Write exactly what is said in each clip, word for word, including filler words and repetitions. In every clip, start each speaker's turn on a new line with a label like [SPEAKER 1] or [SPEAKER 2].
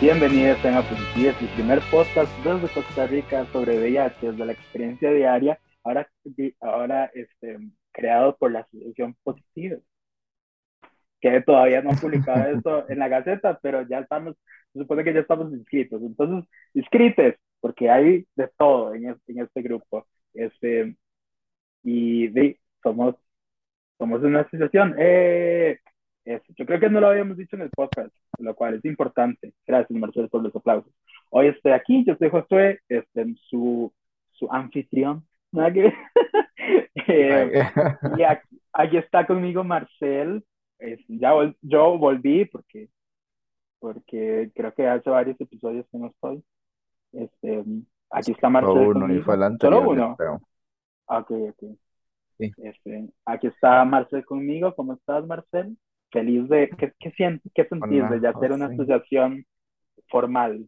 [SPEAKER 1] Bienvenidos a Positivas, el primer podcast desde Costa Rica sobre V I H, desde la experiencia diaria, ahora, ahora este, creado por la Asociación Positiva, que todavía no han publicado esto en la Gaceta, pero ya estamos, se supone que ya estamos inscritos. Entonces, inscrites, porque hay de todo en este, en este grupo. Este, y de, somos, somos una asociación. Eh, eso. Yo creo que no lo habíamos dicho en el podcast, lo cual es importante. Gracias, Marcelo, por los aplausos. Hoy estoy aquí, yo soy Josué, este, su, su anfitrión. ¿Nada que ver? eh, y aquí, aquí, está conmigo Marcel. Es, ya vol yo volví porque, porque creo que hace varios episodios que no estoy. Este, aquí está
[SPEAKER 2] Fue
[SPEAKER 1] Marcel
[SPEAKER 2] uno y fue
[SPEAKER 1] conmigo.
[SPEAKER 2] el
[SPEAKER 1] Solo
[SPEAKER 2] anterior, yo
[SPEAKER 1] uno.
[SPEAKER 2] creo.
[SPEAKER 1] Ok, ok.
[SPEAKER 2] Sí.
[SPEAKER 1] Este, aquí está Marcel conmigo. ¿Cómo estás, Marcel? Feliz de... ¿Qué, qué, sientes, qué sentís de
[SPEAKER 2] Hola,
[SPEAKER 1] ya ser una
[SPEAKER 2] José.
[SPEAKER 1] asociación formal?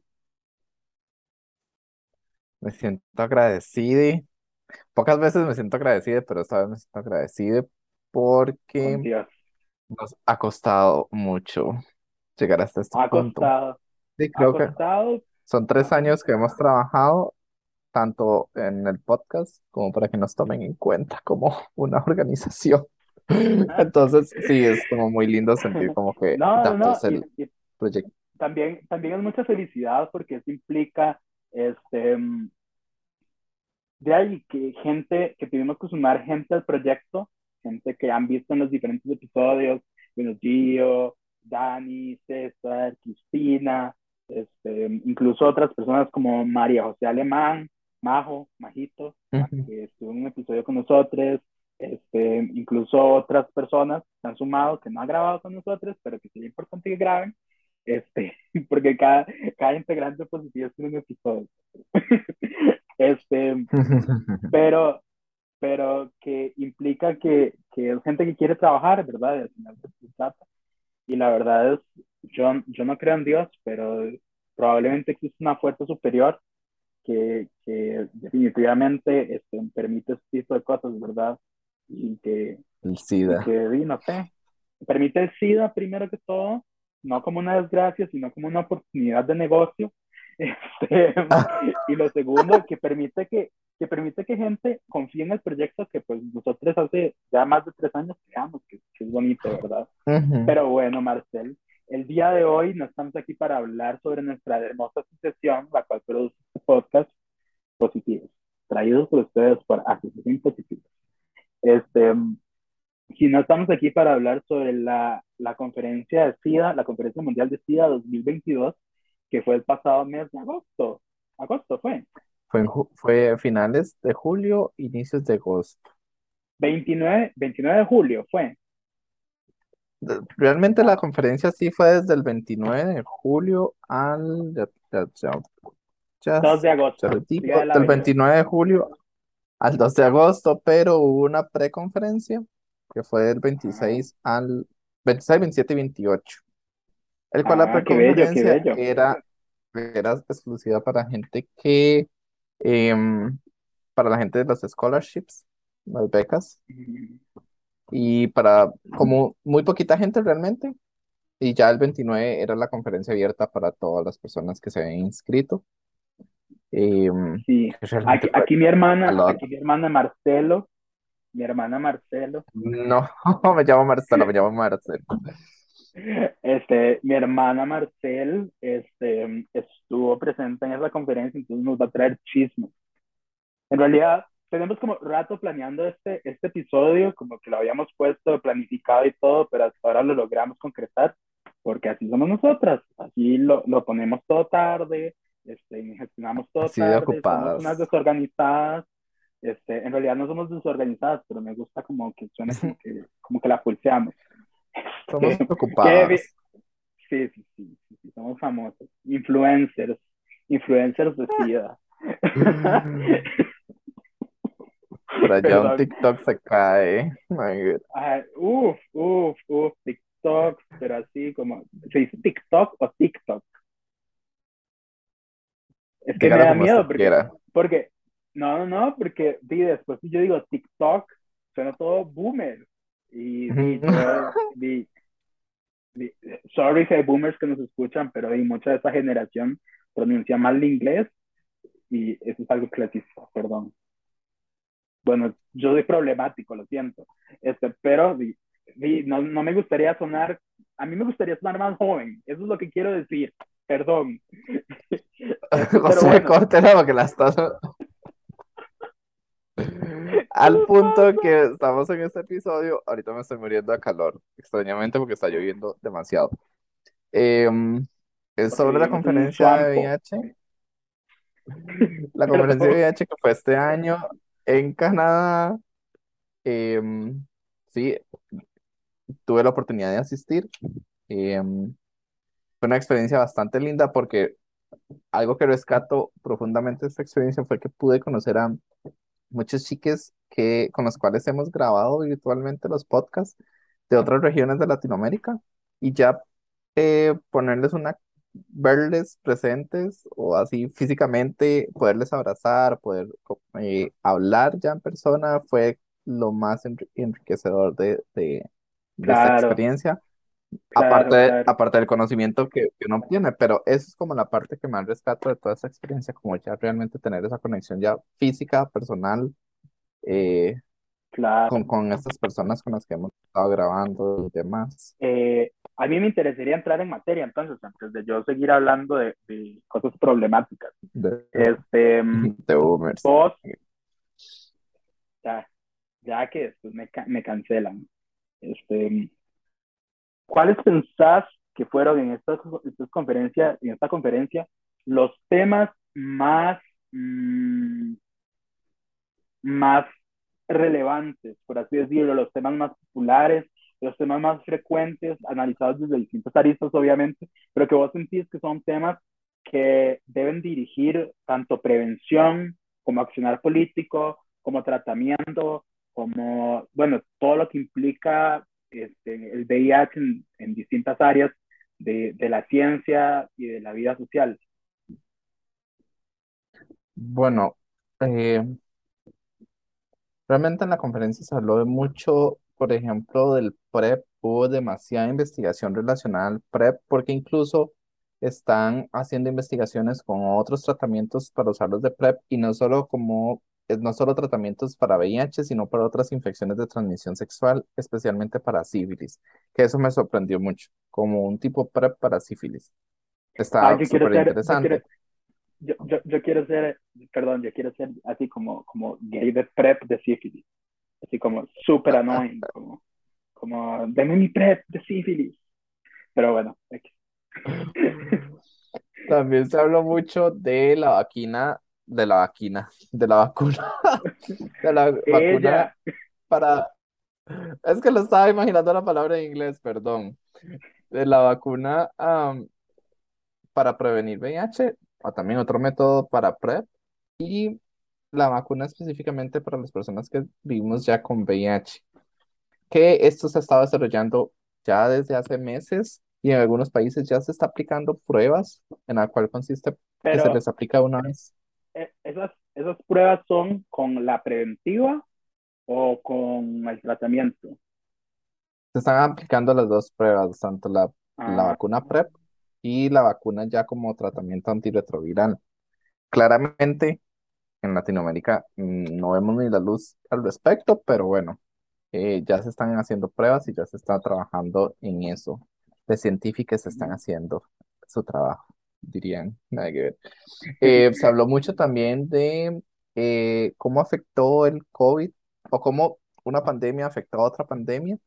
[SPEAKER 2] Me siento agradecido. Pocas veces me siento agradecido, pero esta vez me siento agradecido
[SPEAKER 1] Con
[SPEAKER 2] porque
[SPEAKER 1] Dios.
[SPEAKER 2] nos ha costado mucho llegar hasta este
[SPEAKER 1] Ha
[SPEAKER 2] punto.
[SPEAKER 1] costado,
[SPEAKER 2] Sí,
[SPEAKER 1] ha
[SPEAKER 2] creo que
[SPEAKER 1] costado.
[SPEAKER 2] son tres
[SPEAKER 1] Ajá.
[SPEAKER 2] años que hemos trabajado tanto en el podcast como para que nos tomen en cuenta como una organización. Entonces, sí, es como muy lindo sentir como que
[SPEAKER 1] No, no, no.
[SPEAKER 2] damos
[SPEAKER 1] Y,
[SPEAKER 2] el
[SPEAKER 1] y
[SPEAKER 2] proyecto.
[SPEAKER 1] también, también es mucha felicidad porque eso implica este, de ahí que gente, que tuvimos que sumar gente al proyecto, gente que han visto en los diferentes episodios, bueno, Gio, Dani, César, Cristina, este, incluso otras personas como María José Alemán, Majo, Majito,
[SPEAKER 2] Ujú.
[SPEAKER 1] que estuvo en un episodio con nosotros, este, incluso otras personas se han sumado que no han grabado con nosotros, pero que sería importante que graben, este, porque cada, cada integrante positivo tiene un episodio. este, pero, pero que implica que, que es gente que quiere trabajar, ¿verdad? Y al final se trata. Y la verdad es, yo, yo no creo en Dios, pero probablemente existe una fuerza superior que, que definitivamente este, permite este tipo de cosas, ¿verdad? Y que,
[SPEAKER 2] El
[SPEAKER 1] y
[SPEAKER 2] SIDA.
[SPEAKER 1] que, y no sé, permite el SIDA primero que todo, no como una desgracia, sino como una oportunidad de negocio. Este, y lo segundo, que permite que, que permite que gente confíe en el proyecto que pues nosotros hace ya más de tres años creamos, que, que es bonito, ¿verdad?
[SPEAKER 2] Ujú.
[SPEAKER 1] Pero bueno, Marcel, el día de hoy no estamos aquí para hablar sobre nuestra hermosa asociación, la cual produce este podcast Positivos, traídos por ustedes por Asociación Positivos. Este, si no estamos aquí para hablar sobre la, la conferencia de SIDA, la Conferencia Mundial de SIDA dos mil veintidós, que fue el pasado mes de agosto. Agosto fue.
[SPEAKER 2] Fue, en ju- fue finales de julio, inicios de agosto.
[SPEAKER 1] veintinueve, veintinueve de julio fue.
[SPEAKER 2] De- Realmente la
[SPEAKER 1] Ah,
[SPEAKER 2] conferencia sí fue desde el veintinueve de julio al, ya, ya, ya- ya
[SPEAKER 1] dos
[SPEAKER 2] s-
[SPEAKER 1] de
[SPEAKER 2] ya
[SPEAKER 1] agosto,
[SPEAKER 2] les
[SPEAKER 1] Día de
[SPEAKER 2] digo,
[SPEAKER 1] la
[SPEAKER 2] del
[SPEAKER 1] Belleza.
[SPEAKER 2] veintinueve de julio al dos de agosto, pero hubo una preconferencia que fue del
[SPEAKER 1] Ah,
[SPEAKER 2] veintiséis al veintiséis, veintisiete y veintiocho, el cual la
[SPEAKER 1] ah, qué bello, qué
[SPEAKER 2] preconferencia
[SPEAKER 1] bello.
[SPEAKER 2] era, era exclusiva para gente que, em, para la gente de las scholarships, las becas,
[SPEAKER 1] Mm,
[SPEAKER 2] y para como muy poquita gente realmente. Y ya el veintinueve era la conferencia abierta para todas las personas que se habían inscrito. Y mm,
[SPEAKER 1] sí,
[SPEAKER 2] que realmente
[SPEAKER 1] aquí,
[SPEAKER 2] fue
[SPEAKER 1] aquí mi
[SPEAKER 2] a
[SPEAKER 1] hermana,
[SPEAKER 2] lot.
[SPEAKER 1] aquí mi hermana Marcelo, mi hermana Marcelo,
[SPEAKER 2] No, me llamo Marcelo, me llamo Marcelo.
[SPEAKER 1] este, mi hermana Marcel, este, estuvo presente en esa conferencia, entonces nos va a traer chismes. En realidad, tenemos como rato planeando este, este episodio, como que lo habíamos puesto, planificado y todo, pero hasta ahora lo logramos concretar, porque así somos nosotras, así lo, lo ponemos todo tarde, este, gestionamos todo
[SPEAKER 2] Así de
[SPEAKER 1] tarde, somos unas
[SPEAKER 2] ocupadas.
[SPEAKER 1] desorganizadas, este, en realidad no somos desorganizadas, pero me gusta como que suene como que, como que la pulseamos.
[SPEAKER 2] Somos
[SPEAKER 1] que,
[SPEAKER 2] ocupadas.
[SPEAKER 1] sí, sí, sí, sí, sí, somos famosos, influencers, influencers de SIDA.
[SPEAKER 2] Por allá un
[SPEAKER 1] Perdón.
[SPEAKER 2] TikTok se cae. My God.
[SPEAKER 1] Ah, uf, uf, uf, TikTok, pero así como, ¿se dice TikTok o TikTok? Es que me
[SPEAKER 2] Dígalo
[SPEAKER 1] da
[SPEAKER 2] como usted
[SPEAKER 1] miedo porque,
[SPEAKER 2] quiera.
[SPEAKER 1] porque, no, no, no, porque di, después si yo digo TikTok, suena todo boomer. Y di, yo, di, sorry si hay boomers que nos escuchan, pero hay mucha de esa generación pronuncia mal el inglés y eso es algo clasista, perdón. Bueno, yo soy problemático, lo siento, este, pero di- di, no, no me gustaría sonar, a mí me gustaría sonar más joven, eso es lo que quiero decir, perdón. Este, pero
[SPEAKER 2] José,
[SPEAKER 1] bueno,
[SPEAKER 2] córtela porque la estás al punto que estamos en este episodio. Ahorita me estoy muriendo de calor, extrañamente porque está lloviendo demasiado. Em, es
[SPEAKER 1] porque
[SPEAKER 2] sobre la
[SPEAKER 1] vivimos en un
[SPEAKER 2] conferencia de
[SPEAKER 1] swampo,
[SPEAKER 2] V I H, la conferencia de
[SPEAKER 1] perdón.
[SPEAKER 2] V I H que fue este año en Canadá. Em, sí, tuve la oportunidad de asistir. Em, fue una experiencia bastante linda porque algo que rescato profundamente de esta experiencia fue que pude conocer a muchos chiques que, con los cuales hemos grabado virtualmente los podcasts de otras regiones de Latinoamérica y ya eh, ponerles una, verles presentes o así físicamente, poderles abrazar, poder co- eh, hablar ya en persona fue lo más enri- enriquecedor de, de, de esta
[SPEAKER 1] Claro,
[SPEAKER 2] experiencia.
[SPEAKER 1] claro,
[SPEAKER 2] Aparte,
[SPEAKER 1] claro,
[SPEAKER 2] aparte del conocimiento que, que uno tiene, pero eso es como la parte que más rescato de toda esa experiencia, como ya realmente tener esa conexión ya física, personal, eh, con,
[SPEAKER 1] claro.
[SPEAKER 2] con estas personas con las que hemos estado grabando y demás.
[SPEAKER 1] Eh, a mí me interesaría entrar en materia, entonces, antes de yo seguir hablando de, de cosas problemáticas.
[SPEAKER 2] De,
[SPEAKER 1] Este, mm,
[SPEAKER 2] de boomers.
[SPEAKER 1] vos, ya, ya que después me, me cancelan, este, ¿cuáles pensás que fueron en estas, estas conferencias, en esta conferencia los temas más, mmm, más relevantes, por así decirlo, los temas más populares, los temas más frecuentes, analizados desde distintas aristas, obviamente, pero que vos sentís que son temas que deben dirigir tanto prevención como accionar político, como tratamiento, como, bueno, todo lo que implica este, el V I H en, en distintas áreas de, de, la ciencia y de la vida social.
[SPEAKER 2] Bueno, eh, realmente en la conferencia se habló de mucho, por ejemplo, del PrEP. Hubo demasiada investigación relacionada al PrEP porque incluso están haciendo investigaciones con otros tratamientos para usarlos de PrEP y no solo como, eh, no solo tratamientos para V I H, sino para otras infecciones de transmisión sexual, especialmente para sífilis, que eso me sorprendió mucho, como un tipo PrEP para sífilis.
[SPEAKER 1] Ah,
[SPEAKER 2] Está
[SPEAKER 1] yo quiero
[SPEAKER 2] súper
[SPEAKER 1] ser, yo quiero,
[SPEAKER 2] interesante.
[SPEAKER 1] yo, yo, yo quiero ser, perdón, yo quiero ser así como, como gay de prep de sífilis, así como súper annoying, como, como, deme mi prep de sífilis. Pero bueno, aquí.
[SPEAKER 2] También se habló mucho de la vacuna, de la vacuna, de la vacuna, de la vacuna
[SPEAKER 1] Ella,
[SPEAKER 2] para, es que lo estaba imaginando la palabra en inglés, perdón, de la vacuna am, para prevenir V I H, o también otro método para PrEP, y la vacuna específicamente para las personas que vivimos ya con V I H, que esto se ha estado desarrollando ya desde hace meses y en algunos países ya se está aplicando pruebas en la cual consiste que se
[SPEAKER 1] pero
[SPEAKER 2] les aplica una vez.
[SPEAKER 1] eh, esas, esas pruebas son con la preventiva o con el tratamiento.
[SPEAKER 2] Se están aplicando las dos pruebas, tanto la, la
[SPEAKER 1] Ah,
[SPEAKER 2] vacuna PrEP y la vacuna ya como tratamiento antirretroviral. Claramente, en Latinoamérica mm, no vemos ni la luz al respecto, pero bueno, eh, ya se están haciendo pruebas y ya se está trabajando en eso. Los científicos están haciendo su trabajo, dirían. Nada que ver. Eh, se habló mucho también de eh, cómo afectó el COVID o cómo una pandemia afectó a otra pandemia,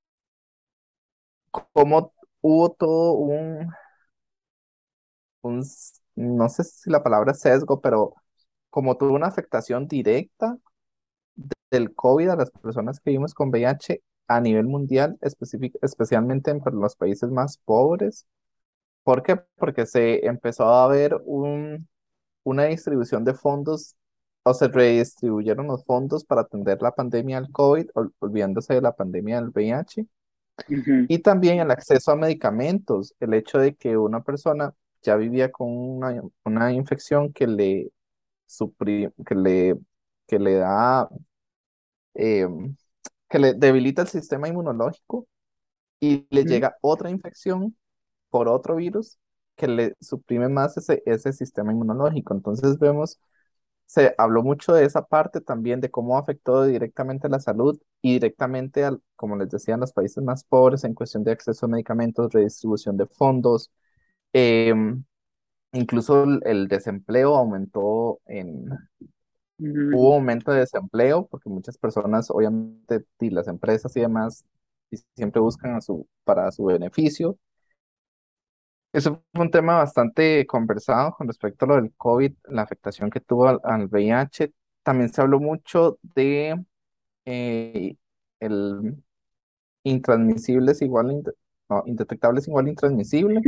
[SPEAKER 2] cómo hubo todo un, un s- no sé si la palabra es sesgo, pero como tuvo una afectación directa del COVID a las personas que vivimos con V I H a nivel mundial, específic- especialmente en pues, los países más pobres. ¿Por qué? Porque se empezó a ver un, una distribución de fondos o se redistribuyeron los fondos para atender la pandemia del COVID, ol- olvidándose de la pandemia del V I H.
[SPEAKER 1] ujú.
[SPEAKER 2] Y también el acceso a medicamentos, el hecho de que una persona ya vivía con una, una infección que le, supri- que le, que le da, eh, que le debilita el sistema inmunológico y le
[SPEAKER 1] Ujú,
[SPEAKER 2] llega otra infección por otro virus que le suprime más ese, ese sistema inmunológico. Entonces vemos, se habló mucho de esa parte también, de cómo afectó directamente a la salud y directamente, al, como les decía, a los países más pobres en cuestión de acceso a medicamentos, redistribución de fondos. em, Incluso el, el desempleo aumentó en,
[SPEAKER 1] ujú.
[SPEAKER 2] hubo aumento de desempleo porque muchas personas, obviamente, y las empresas y demás, y siempre buscan a su, para su beneficio. Eso fue un tema bastante conversado con respecto a lo del COVID, la afectación que tuvo al, al V I H. También se habló mucho de eh, el intransmisible es igual a inde- no, indetectable es igual a intransmisible.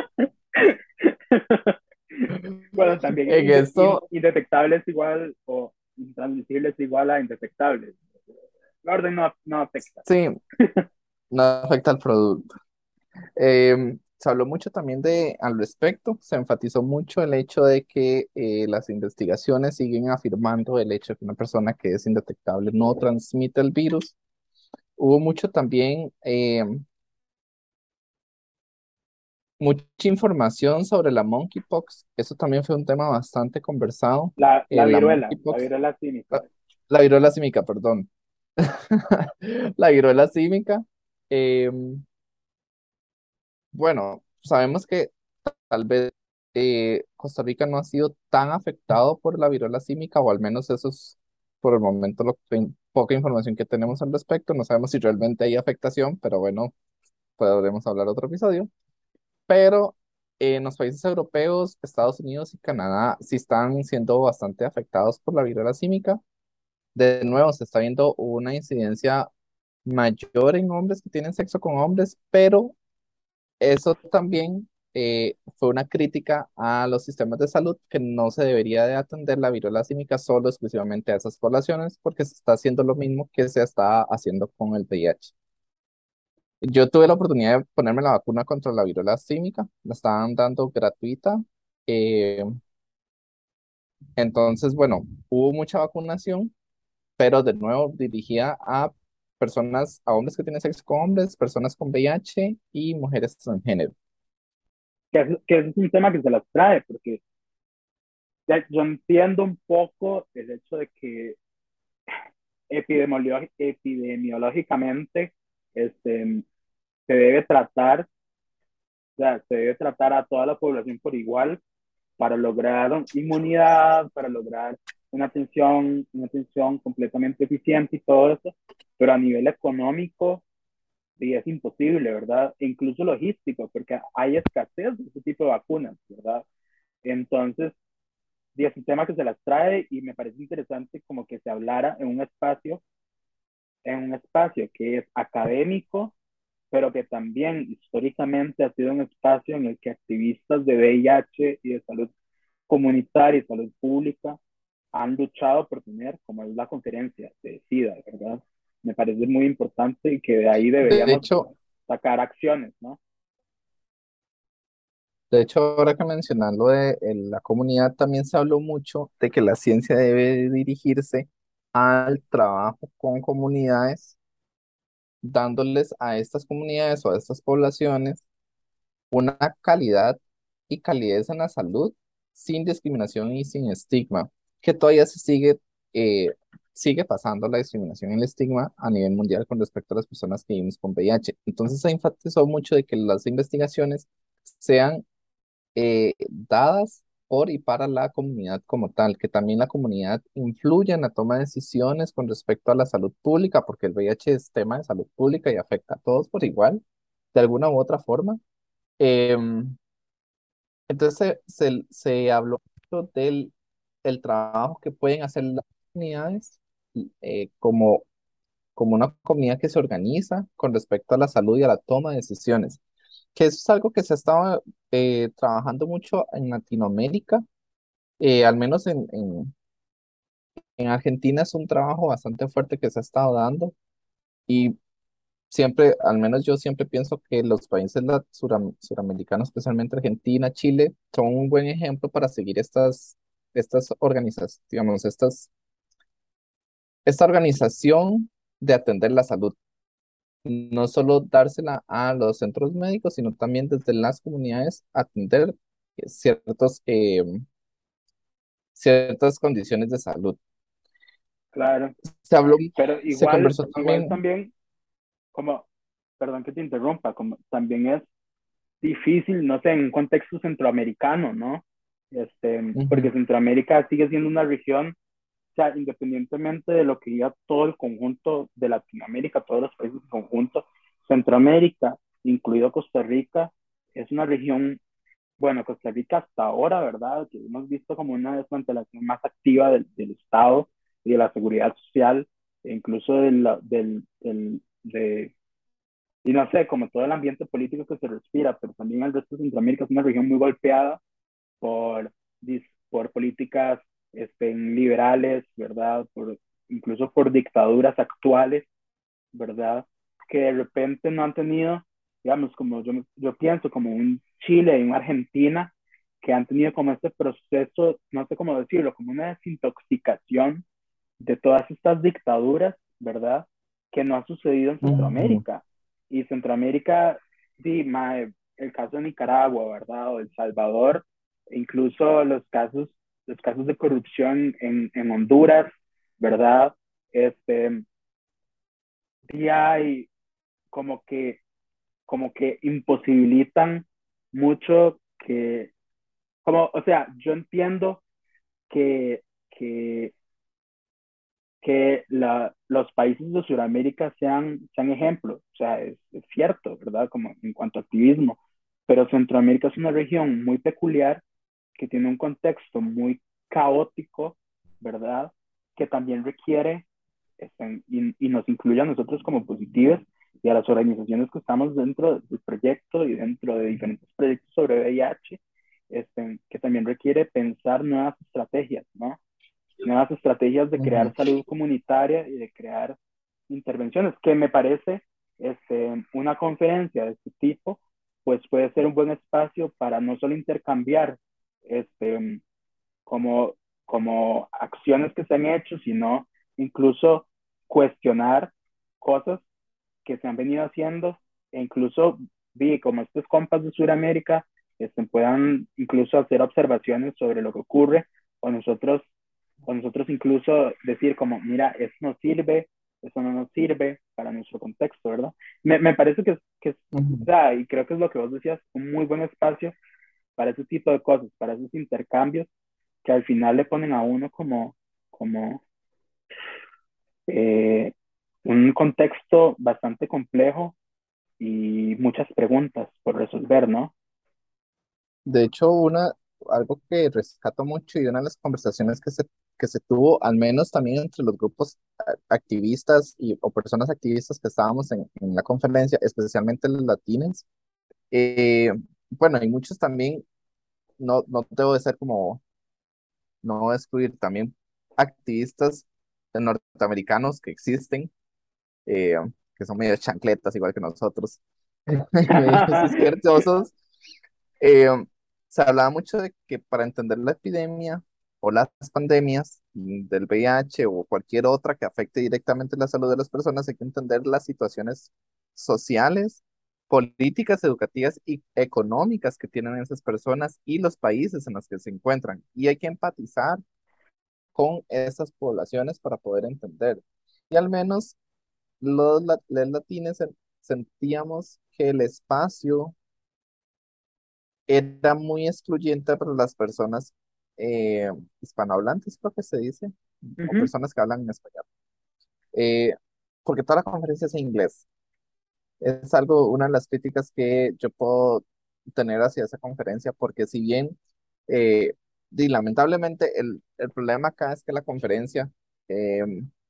[SPEAKER 1] Bueno, también
[SPEAKER 2] En
[SPEAKER 1] inde- in-
[SPEAKER 2] esto,
[SPEAKER 1] indetectable es igual o intransmisible es igual a indetectable. La orden no, no afecta.
[SPEAKER 2] sí, no afecta al producto. Eh, se habló mucho también de, al respecto, se enfatizó mucho el hecho de que eh, las investigaciones siguen afirmando el hecho de que una persona que es indetectable no transmite el virus. Hubo mucho también, eh, mucha información sobre la monkeypox. Eso también fue un tema bastante conversado.
[SPEAKER 1] La,
[SPEAKER 2] Eh,
[SPEAKER 1] la
[SPEAKER 2] la
[SPEAKER 1] viruela, la
[SPEAKER 2] monkeypox,
[SPEAKER 1] viruela cínica.
[SPEAKER 2] la, la viruela símica, perdón. La viruela símica. eh, bueno, sabemos que tal vez eh, Costa Rica no ha sido tan afectado por la viruela símica, o al menos eso es por el momento lo que, poca información que tenemos al respecto. No sabemos si realmente hay afectación, pero bueno, podremos hablar otro episodio. Pero eh, en los países europeos, Estados Unidos y Canadá sí están siendo bastante afectados por la viruela símica. De nuevo, se está viendo una incidencia mayor en hombres que tienen sexo con hombres, pero eso también eh, fue una crítica a los sistemas de salud, que no se debería de atender la viruela símica solo exclusivamente a esas poblaciones, porque se está haciendo lo mismo que se está haciendo con el V I H. Yo tuve la oportunidad de ponerme la vacuna contra la viruela símica, la estaban dando gratuita. eh, entonces, bueno, hubo mucha vacunación, pero de nuevo dirigida a personas, a hombres que tienen sexo con hombres, personas con V I H y mujeres transgénero.
[SPEAKER 1] Que, es- que ese es un tema que se las trae, porque ya- yo entiendo un poco el hecho de que epidemiolo- epidemiológicamente este, se debe tratar, o sea, se debe tratar a toda la población por igual para lograr inmunidad, para lograr una atención, una atención completamente eficiente y todo eso, pero a nivel económico sí, es imposible, ¿verdad? E incluso logístico, porque hay escasez de ese tipo de vacunas, ¿verdad? Entonces, sí, es un tema que se las trae y me parece interesante como que se hablara en un espacio, en un espacio que es académico, pero que también históricamente ha sido un espacio en el que activistas de V I H y de salud comunitaria y salud pública han luchado por tener, como es la conferencia de SIDA, ¿verdad? Me parece muy importante y que de ahí
[SPEAKER 2] De
[SPEAKER 1] deberíamos
[SPEAKER 2] hecho,
[SPEAKER 1] sacar acciones, ¿no?
[SPEAKER 2] De hecho, ahora que mencionas lo de eh, la comunidad, también se habló mucho de que la ciencia debe dirigirse al trabajo con comunidades, dándoles a estas comunidades o a estas poblaciones una calidad y calidez en la salud sin discriminación y sin estigma, que todavía se sigue, eh, sigue pasando la discriminación y el estigma a nivel mundial con respecto a las personas que vivimos con V I H. Entonces se enfatizó mucho de que las investigaciones sean eh, dadas por y para la comunidad como tal, que también la comunidad influye en la toma de decisiones con respecto a la salud pública, porque el V I H es tema de salud pública y afecta a todos por igual, de alguna u otra forma. Em, entonces se, se, se habló mucho del el trabajo que pueden hacer las comunidades eh, como, como una comunidad que se organiza con respecto a la salud y a la toma de decisiones, que eso es algo que se ha estado eh, trabajando mucho en Latinoamérica. Eh, al menos en, en, en Argentina es un trabajo bastante fuerte que se ha estado dando, y siempre, al menos yo siempre pienso que los países lat- suram- suramericanos, especialmente Argentina, Chile, son un buen ejemplo para seguir estas, estas organizaciones, digamos, estas, esta organización de atender la salud. no solo dársela a los centros médicos, sino también desde las comunidades atender ciertos, eh, ciertas condiciones de salud.
[SPEAKER 1] Claro,
[SPEAKER 2] Se habló,
[SPEAKER 1] pero
[SPEAKER 2] se
[SPEAKER 1] igual,
[SPEAKER 2] conversó
[SPEAKER 1] igual
[SPEAKER 2] también.
[SPEAKER 1] también, como, perdón que te interrumpa, como también es difícil, no sé, en un contexto centroamericano, ¿no? Este, porque
[SPEAKER 2] Ujú,
[SPEAKER 1] Centroamérica sigue siendo una región, o sea, independientemente de lo que diga todo el conjunto de Latinoamérica, todos los países en conjunto, Centroamérica, incluido Costa Rica, es una región, bueno, Costa Rica hasta ahora, ¿verdad? Que hemos visto como una desmantelación más activa del, del Estado y de la seguridad social, e incluso del, del, del, de, y no sé, como todo el ambiente político que se respira, pero también el resto de Centroamérica es una región muy golpeada por, por políticas este, liberales, ¿verdad? Por, incluso por dictaduras actuales, ¿verdad? Que de repente no han tenido, digamos, como yo, yo pienso, como un Chile y una Argentina, que han tenido como este proceso, no sé cómo decirlo, como una desintoxicación de todas estas dictaduras, ¿verdad? Que no ha sucedido en
[SPEAKER 2] ujú,
[SPEAKER 1] Centroamérica. Y Centroamérica, sí, mae, el caso de Nicaragua, ¿verdad? O El Salvador, incluso los casos, los casos de corrupción en, en Honduras, ¿verdad? Este, sí hay como que, como que imposibilitan mucho que, como, o sea, yo entiendo que, que que la, los países de Sudamérica sean, sean ejemplos, o sea, es, es, cierto, ¿verdad? Como en cuanto a activismo, pero Centroamérica es una región muy peculiar que tiene un contexto muy caótico, ¿verdad? Que también requiere, este, y, y, nos incluye a nosotros como positivos y a las organizaciones que estamos dentro del proyecto y dentro de diferentes proyectos sobre V I H, este, que también requiere pensar nuevas estrategias, ¿no? Nuevas estrategias de
[SPEAKER 2] ujú.
[SPEAKER 1] crear salud comunitaria y de crear intervenciones, que me parece este, una conferencia de este tipo, pues puede ser un buen espacio para no solo intercambiar este, como, como acciones que se han hecho, sino incluso cuestionar cosas que se han venido haciendo e incluso vi como estos compas de Sudamérica este, puedan incluso hacer observaciones sobre lo que ocurre o nosotros, o nosotros incluso decir como, mira, eso no sirve, eso no nos sirve para nuestro contexto, ¿verdad? Me, me parece que, que, o
[SPEAKER 2] Ujú.
[SPEAKER 1] sea, y creo que es lo que vos decías, un muy buen espacio para ese tipo de cosas, para esos intercambios que al final le ponen a uno como, como eh, un contexto bastante complejo y muchas preguntas por resolver, ¿no?
[SPEAKER 2] De hecho, una, algo que rescato mucho y una de las conversaciones que se, que se tuvo, al menos también entre los grupos a- activistas y, o personas activistas que estábamos en, en la conferencia, especialmente los latinos, eh, bueno, hay muchos también, no, no debo de ser como, no voy a excluir también activistas norteamericanos que existen, eh, que son medio chancletas igual que nosotros, medio izquierdosos. Eh, Se hablaba mucho de que para entender la epidemia o las pandemias mm, del V I H o cualquier otra que afecte directamente la salud de las personas, hay que entender las situaciones sociales, políticas, educativas y económicas que tienen esas personas y los países en los que se encuentran. Y hay que empatizar con esas poblaciones para poder entender. Y al menos los, la- los latinos sen- sentíamos que el espacio era muy excluyente para las personas eh, hispanohablantes, creo que se dice, o
[SPEAKER 1] Ujú,
[SPEAKER 2] personas que hablan en español, eh, porque toda la conferencia es en inglés. Es algo, una de las críticas que yo puedo tener hacia esa conferencia, porque si bien, eh, y lamentablemente, el, el problema acá es que la conferencia eh,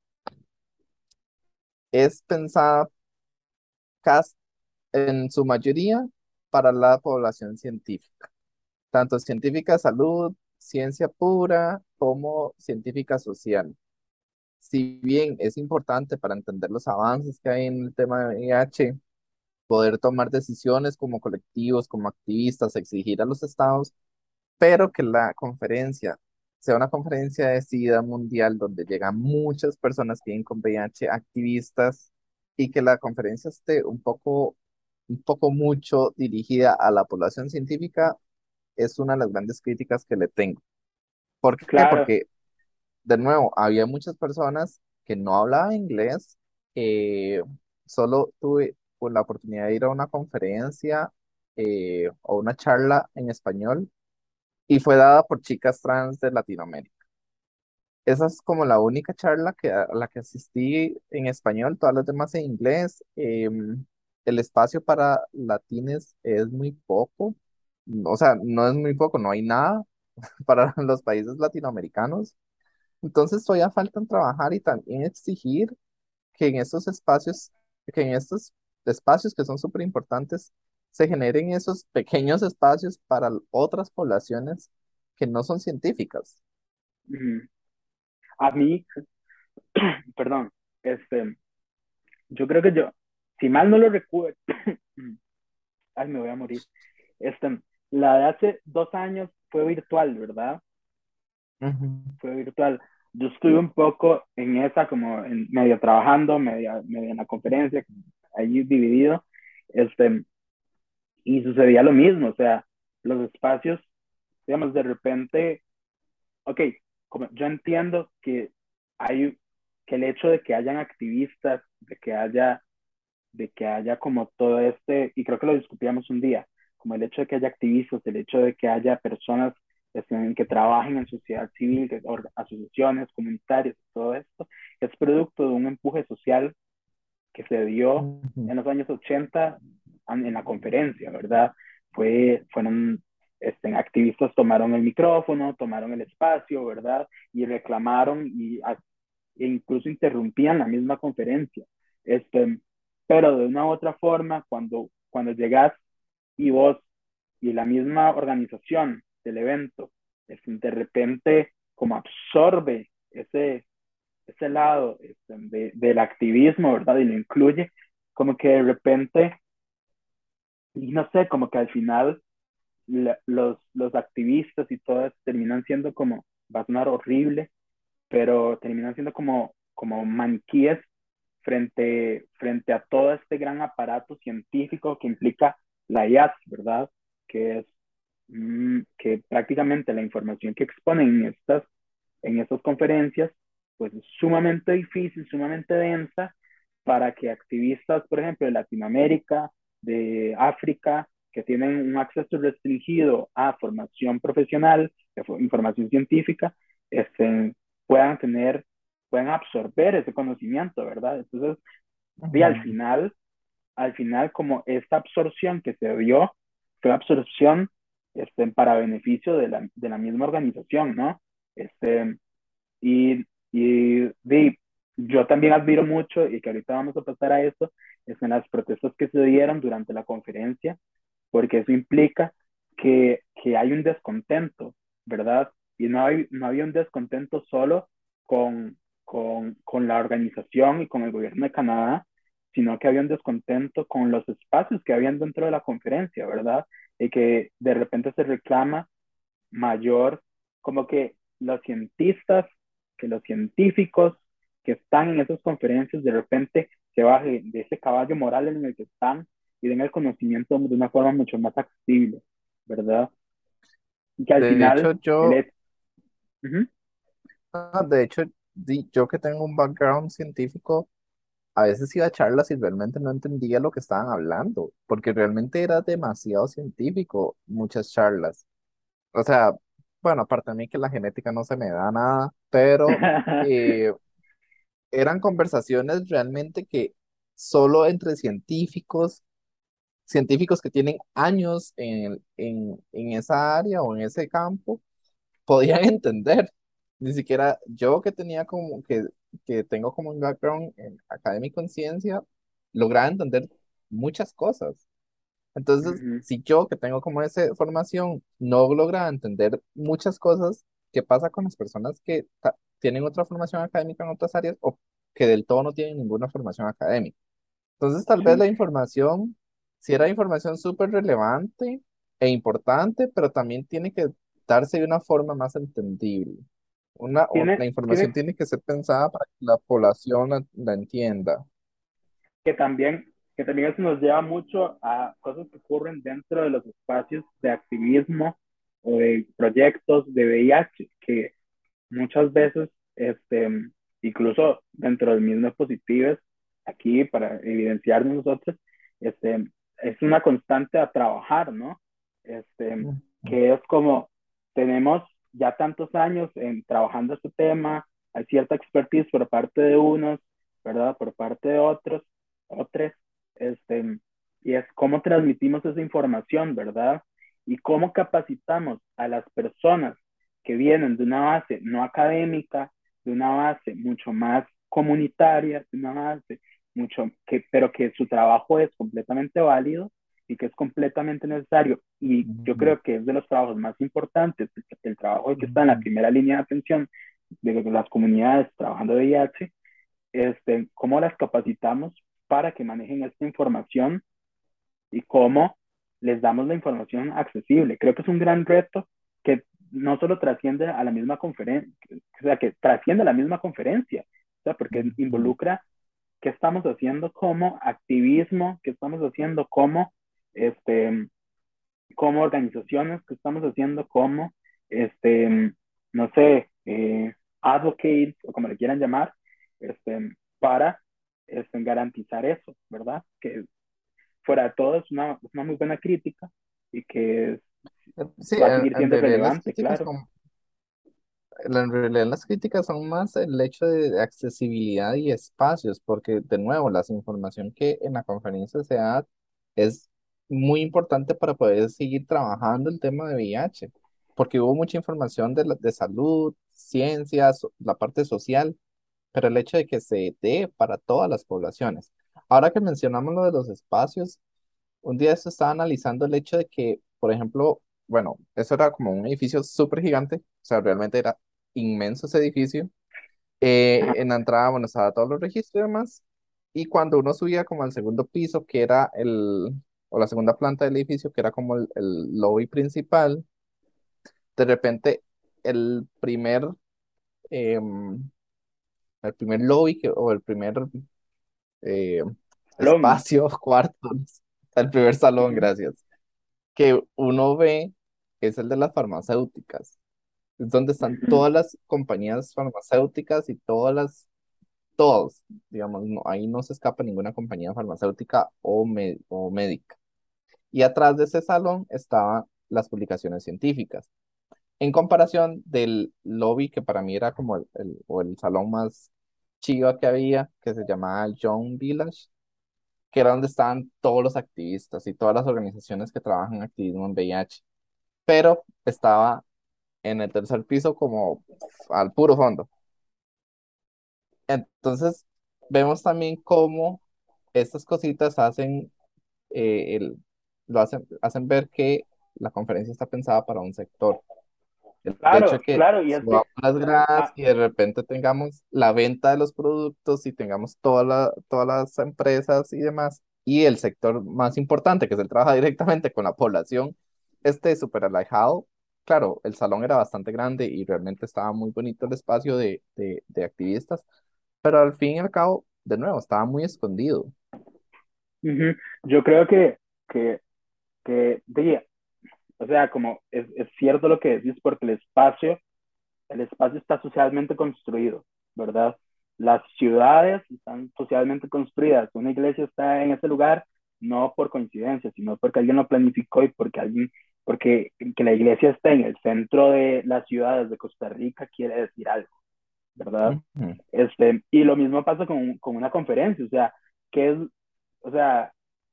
[SPEAKER 2] es pensada cas- en su mayoría para la población científica, tanto científica de salud, ciencia pura, como científica social. Si bien es importante para entender los avances que hay en el tema de V I H, poder tomar decisiones como colectivos, como activistas, exigir a los estados, pero que la conferencia sea una conferencia de SIDA mundial donde llegan muchas personas que viven con V I H, activistas, y que la conferencia esté un poco, un poco mucho dirigida a la población científica es una de las grandes críticas que le tengo. ¿Por qué?
[SPEAKER 1] Claro.
[SPEAKER 2] Porque, de nuevo, había muchas personas que no hablaban inglés, que solo tuve pues, la oportunidad de ir a una conferencia eh, o una charla en español y fue dada por chicas trans de Latinoamérica. Esa es como la única charla que, a la que asistí en español, todas las demás en inglés. Em, el espacio para latines es muy poco, o sea, no es muy poco, no hay nada para los países latinoamericanos. Entonces todavía faltan trabajar y también exigir que en estos espacios, que en estos espacios que son súper importantes, se generen esos pequeños espacios para otras poblaciones que no son científicas.
[SPEAKER 1] Ujú. A mí, perdón, este, yo creo que yo, si mal no lo recuerdo, ay, me voy a morir. Este, la de hace dos años fue virtual, ¿verdad?
[SPEAKER 2] Ujú,
[SPEAKER 1] Fue virtual. Yo estuve un poco en esa, como en, medio trabajando, medio, medio en la conferencia, allí dividido, este, y sucedía lo mismo, o sea, los espacios, digamos, de repente, ok, como yo entiendo que hay, que el hecho de que hayan activistas, de que haya de que haya como todo este, y creo que lo discutíamos un día, como el hecho de que haya activistas, el hecho de que haya personas este, que trabajen en sociedad civil, que, asociaciones comunitarias, todo esto, es producto de un empuje social que se dio
[SPEAKER 2] ujú,
[SPEAKER 1] en los años ochenta en la conferencia, ¿verdad? Fue, fueron, este, activistas tomaron el micrófono, tomaron el espacio, ¿verdad? Y reclamaron y e incluso interrumpían la misma conferencia. Este, pero de una u otra forma, cuando, cuando llegas y vos y la misma organización del evento, este, de repente como absorbe ese, ese lado este, de, del activismo, ¿verdad? Y lo incluye, como que de repente, y no sé, como que al final la, los, los activistas y todas terminan siendo como, va a sonar horrible, pero terminan siendo como, como maniquíes frente, frente a todo este gran aparato científico que implica la I A S, ¿verdad? Que es mm, que prácticamente la información que exponen en estas, en estas conferencias, pues es sumamente difícil, sumamente densa, para que activistas, por ejemplo, de Latinoamérica, de África, que tienen un acceso restringido a formación profesional, información científica, este, puedan tener, puedan absorber ese conocimiento, ¿verdad? Entonces, y al
[SPEAKER 2] ujú.
[SPEAKER 1] final, al final, como esta absorción que se dio, fue absorción este, para beneficio de la, de la misma organización, ¿no? Este, y, y de, yo también admiro mucho, y que ahorita vamos a pasar a esto, es en las protestas que se dieron durante la conferencia, porque eso implica que, que hay un descontento, ¿verdad? Y no, hay, no había un descontento solo con, con, con la organización y con el gobierno de Canadá, sino que había un descontento con los espacios que habían dentro de la conferencia, ¿verdad? Y que de repente se reclama mayor, como que los cientistas, que los científicos que están en esas conferencias de repente se bajen de ese caballo moral en el que están y den el conocimiento de una forma mucho más accesible, ¿verdad? Y que al
[SPEAKER 2] De
[SPEAKER 1] final,
[SPEAKER 2] hecho,
[SPEAKER 1] el
[SPEAKER 2] yo,
[SPEAKER 1] es, uh -huh,
[SPEAKER 2] ah, de hecho, di- yo que tengo un background científico, a veces iba a charlas y realmente no entendía lo que estaban hablando, porque realmente era demasiado científico muchas charlas. O sea, bueno, aparte de mí que la genética no se me da nada, pero eh, eran conversaciones realmente que solo entre científicos, científicos que tienen años en, en, en esa área o en ese campo, podían entender. Ni siquiera yo que tenía como que, que tengo como un background en académico en ciencia, lograba entender muchas cosas.
[SPEAKER 1] uh
[SPEAKER 2] Entonces,
[SPEAKER 1] -huh,
[SPEAKER 2] si yo que tengo como esa formación no lograba entender muchas cosas, ¿qué pasa con las personas que ta- tienen otra formación académica en otras áreas o que del todo no tienen ninguna formación académica? Entonces, tal vez
[SPEAKER 1] sí.
[SPEAKER 2] la información, si era información súper relevante e importante, pero también tiene que darse de una forma más entendible. Una, o- la
[SPEAKER 1] Tiene,
[SPEAKER 2] información
[SPEAKER 1] tiene,
[SPEAKER 2] tiene que ser pensada para que la población la, la entienda.
[SPEAKER 1] que también, que también eso nos lleva mucho a cosas que ocurren dentro de los espacios de activismo o de proyectos de V I H, que muchas veces, este, incluso dentro del mismo Positives, aquí para evidenciarnos nosotros, este, es una constante a trabajar, ¿no? Este,
[SPEAKER 2] Ujú,
[SPEAKER 1] que es como, tenemos ya tantos años en trabajando este tema, hay cierta expertise por parte de unos, ¿verdad? Por parte de otros, otros, este, y es cómo transmitimos esa información, ¿verdad? Y cómo capacitamos a las personas que vienen de una base no académica, de una base mucho más comunitaria, de una base mucho que, pero que su trabajo es completamente válido y que es completamente necesario. Y yo
[SPEAKER 2] ujú,
[SPEAKER 1] creo que es de los trabajos más importantes, el, el trabajo que está en la
[SPEAKER 2] ujú,
[SPEAKER 1] primera línea de atención de las comunidades trabajando de V I H, este, cómo las capacitamos para que manejen esta información y cómo les damos la información accesible. Creo que es un gran reto que no solo trasciende a la misma conferencia, o sea, que trasciende a la misma conferencia, o sea, porque
[SPEAKER 2] ujú,
[SPEAKER 1] involucra qué estamos haciendo como activismo, qué estamos haciendo como, este, como organizaciones, qué estamos haciendo como, este, no sé, eh, advocates o como le quieran llamar, este, para este, garantizar eso, ¿verdad? Que fuera de todo es una, es una muy buena crítica y que
[SPEAKER 2] Eh, Sí,
[SPEAKER 1] va a
[SPEAKER 2] en,
[SPEAKER 1] seguir
[SPEAKER 2] en
[SPEAKER 1] siendo
[SPEAKER 2] realidad las
[SPEAKER 1] relevante,
[SPEAKER 2] críticas
[SPEAKER 1] claro.
[SPEAKER 2] son, en realidad las críticas son más el hecho de accesibilidad y espacios, porque de nuevo, la información que en la conferencia se da es muy importante para poder seguir trabajando el tema de V I H, porque hubo mucha información de, la- de salud, ciencias, la parte social, pero el hecho de que se dé para todas las poblaciones. Ahora que mencionamos lo de los espacios, un día se estaba analizando el hecho de que, por ejemplo, bueno, eso era como un edificio súper gigante, o sea, realmente era inmenso ese edificio. Eh, en la entrada, bueno, estaba todos los registros y demás, y cuando uno subía como al segundo piso, que era el, o la segunda planta del edificio, que era como el, el lobby principal, de repente el primer, em, el primer lobby que- o el primer eh,
[SPEAKER 1] Salón.
[SPEAKER 2] espacio, cuarto, no sé, el primer salón,
[SPEAKER 1] Ujú,
[SPEAKER 2] gracias, que uno ve es el de las farmacéuticas. Es donde están
[SPEAKER 1] ujú.
[SPEAKER 2] todas las compañías farmacéuticas y todas las, todos, digamos, no, ahí no se escapa ninguna compañía farmacéutica o, me- o médica. Y atrás de ese salón estaban las publicaciones científicas. En comparación del lobby, que para mí era como el, el- o el salón más chiva que había, que se llamaba Young Village, que era donde estaban todos los activistas y todas las organizaciones que trabajan en activismo en V I H, pero estaba en el tercer piso como al puro fondo. Entonces, vemos también cómo estas cositas hacen, eh, el, lo hacen, hacen ver que la conferencia está pensada para un sector. El hecho
[SPEAKER 1] Claro,
[SPEAKER 2] de que
[SPEAKER 1] claro, y es
[SPEAKER 2] subamos
[SPEAKER 1] que,
[SPEAKER 2] las gradas
[SPEAKER 1] ah,
[SPEAKER 2] y de repente tengamos la venta de los productos y tengamos toda la- todas las empresas y demás, y el sector más importante, que es el trabaja directamente con la población, esté súper alejado. Claro, el salón era bastante grande y realmente estaba muy bonito el espacio de, de, de activistas, pero al fin y al cabo, de nuevo, estaba muy escondido.
[SPEAKER 1] ujú. Yo creo que, que, que diría, o sea, como es, es cierto lo que decís, porque el espacio, el espacio está socialmente construido, ¿verdad? Las ciudades están socialmente construidas. Una iglesia está en ese lugar no por coincidencia, sino porque alguien lo planificó y porque alguien, porque que la iglesia esté en el centro de las ciudades de Costa Rica quiere decir algo, ¿verdad?
[SPEAKER 2] Ujú,
[SPEAKER 1] Este, y lo mismo pasa con, con una conferencia, o sea, que es, o sea,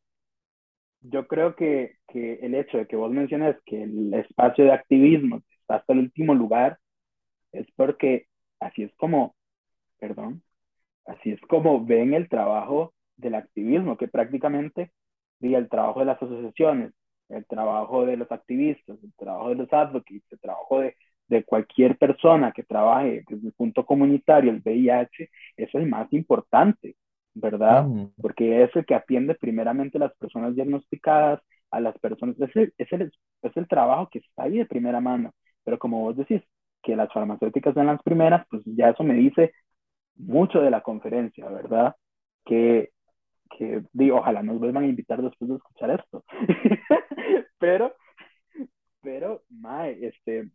[SPEAKER 1] yo creo que, que el hecho de que vos menciones que el espacio de activismo está hasta el último lugar es porque así es como, perdón, así es como ven el trabajo del activismo, que prácticamente diga el trabajo de las asociaciones, el trabajo de los activistas, el trabajo de los advocates, el trabajo de, de cualquier persona que trabaje desde el punto comunitario, el V I H, es el más importante, ¿verdad?
[SPEAKER 2] ujú,
[SPEAKER 1] Porque es el que atiende primeramente a las personas diagnosticadas, a las personas, es el, es el, es el trabajo que está ahí de primera mano. Pero como vos decís, que las farmacéuticas son las primeras, pues ya eso me dice mucho de la conferencia, ¿verdad? Que que di, ojalá nos vuelvan a invitar después de escuchar esto. pero, pero, mae, este,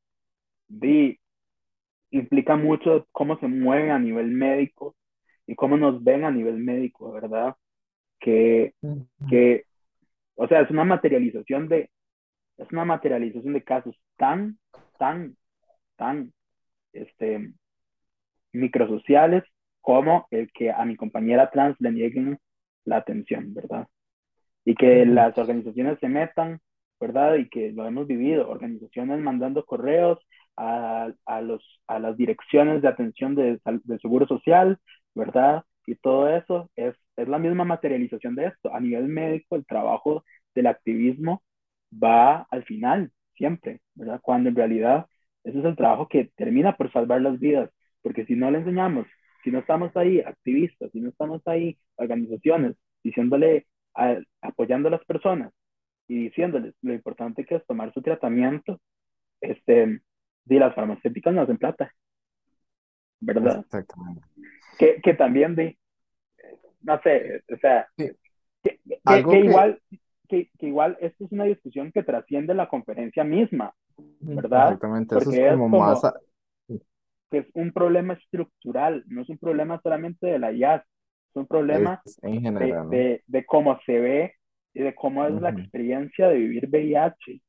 [SPEAKER 1] di, implica mucho cómo se mueven a nivel médico y cómo nos ven a nivel médico, ¿verdad? Que,
[SPEAKER 2] Ujú,
[SPEAKER 1] que, o sea, es una materialización de, es una materialización de casos tan, tan, tan, este, microsociales como el que a mi compañera trans le nieguen la atención, ¿verdad? Y que
[SPEAKER 2] ujú,
[SPEAKER 1] las organizaciones se metan, ¿verdad? Y que lo hemos vivido, organizaciones mandando correos a, a, los, a las direcciones de atención de, de seguro social, ¿verdad? Y todo eso es, es la misma materialización de esto. A nivel médico, el trabajo del activismo va al final, siempre, ¿verdad? Cuando en realidad ese es el trabajo que termina por salvar las vidas, porque si no le enseñamos, si no estamos ahí activistas, si no estamos ahí organizaciones, diciéndole a, apoyando a las personas y diciéndoles lo importante que es tomar su tratamiento, este, de las farmacéuticas no hacen plata, ¿verdad?
[SPEAKER 2] exactamente.
[SPEAKER 1] Que, que también de, no sé, o sea,
[SPEAKER 2] Sí,
[SPEAKER 1] que, que, que
[SPEAKER 2] algo que,
[SPEAKER 1] igual, que, que, igual esto es una discusión que trasciende la conferencia misma,
[SPEAKER 2] ujú,
[SPEAKER 1] ¿verdad?
[SPEAKER 2] exactamente, eso es
[SPEAKER 1] Porque es
[SPEAKER 2] como más,
[SPEAKER 1] como
[SPEAKER 2] a-
[SPEAKER 1] que es un problema estructural, no es un problema solamente de la I A S, es un
[SPEAKER 2] es
[SPEAKER 1] problema
[SPEAKER 2] en
[SPEAKER 1] de,
[SPEAKER 2] general, ¿no?
[SPEAKER 1] de, de cómo se ve y de cómo es la
[SPEAKER 2] Ujú.
[SPEAKER 1] experiencia de vivir V I H.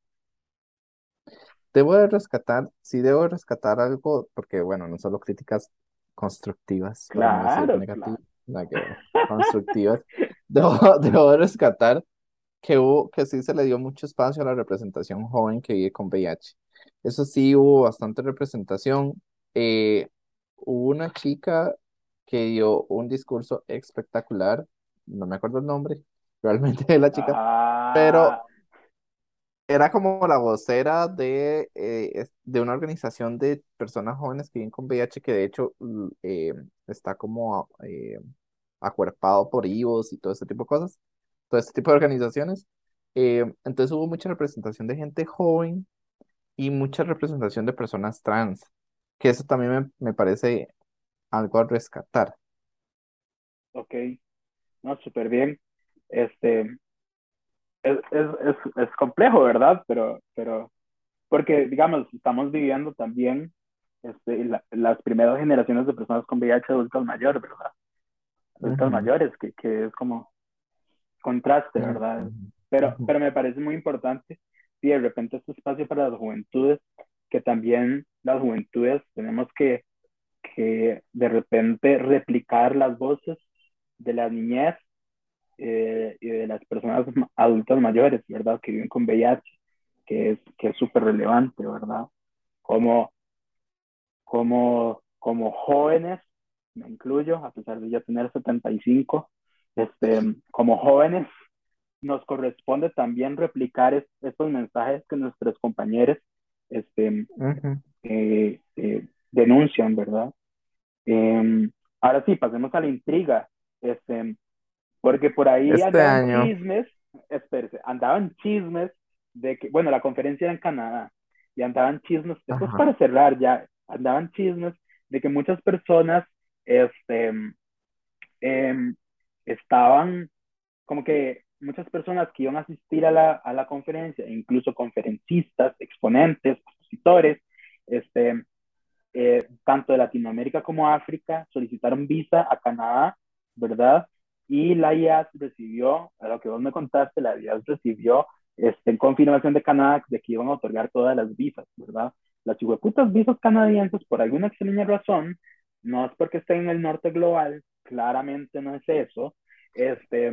[SPEAKER 2] Debo de rescatar, sí debo de rescatar algo, porque bueno, no solo críticas constructivas, para no decir
[SPEAKER 1] Claro,
[SPEAKER 2] negativas,
[SPEAKER 1] claro.
[SPEAKER 2] nada que ver, constructivas. Debo, debo de rescatar que hubo, que sí se le dio mucho espacio a la representación joven que vive con V I H. Eso sí, hubo bastante representación. Eh, hubo una chica que dio un discurso espectacular, no me acuerdo el nombre realmente de la chica, pero
[SPEAKER 1] Ah,
[SPEAKER 2] era como la vocera de, eh, es- de una organización de personas jóvenes que viven con V I H, que de hecho l- eh, está como eh, acuerpado por I V Os y todo este tipo de cosas, todo este tipo de organizaciones. Eh, entonces hubo mucha representación de gente joven y mucha representación de personas trans, que eso también me, me parece algo a rescatar.
[SPEAKER 1] ok, no, súper bien. Este, es, es, es, es complejo, ¿verdad? Pero, pero, porque, digamos, estamos viviendo también este, la, las primeras generaciones de personas con V I H adultos mayores, ¿verdad? Adultos
[SPEAKER 2] Ujú,
[SPEAKER 1] mayores, que, que es como contraste,
[SPEAKER 2] ujú,
[SPEAKER 1] ¿verdad? Pero,
[SPEAKER 2] ujú.
[SPEAKER 1] pero me parece muy importante, si de repente este espacio para las juventudes, que también las juventudes tenemos que, que de repente replicar las voces de la niñez eh, y de las personas adultas mayores, ¿verdad? Que viven con V I H, que es que es súper relevante, ¿verdad? Como, como, como jóvenes, me incluyo, a pesar de ya tener setenta y cinco, este, como jóvenes nos corresponde también replicar es, estos mensajes que nuestros compañeros este,
[SPEAKER 2] Ujú.
[SPEAKER 1] eh, eh, denuncian, ¿verdad? Eh, ahora sí, pasemos a la intriga. Este, porque por ahí
[SPEAKER 2] Este
[SPEAKER 1] andaban
[SPEAKER 2] año,
[SPEAKER 1] chismes, espérese, andaban chismes de que, bueno, la conferencia era en Canadá, y andaban chismes, esto es
[SPEAKER 2] ajá,
[SPEAKER 1] para cerrar ya, andaban chismes de que muchas personas este, eh, estaban, como que muchas personas que iban a asistir a la, a la conferencia, incluso conferencistas, exponentes, expositores, este, eh, tanto de Latinoamérica como África, solicitaron visa a Canadá, ¿verdad? Y la I A S recibió, a lo que vos me contaste, la I A S recibió este, confirmación de Canadá de que iban a otorgar todas las visas, ¿verdad? Las chihueputas visas canadienses, por alguna extraña razón, no es porque estén en el norte global, claramente no es eso, este,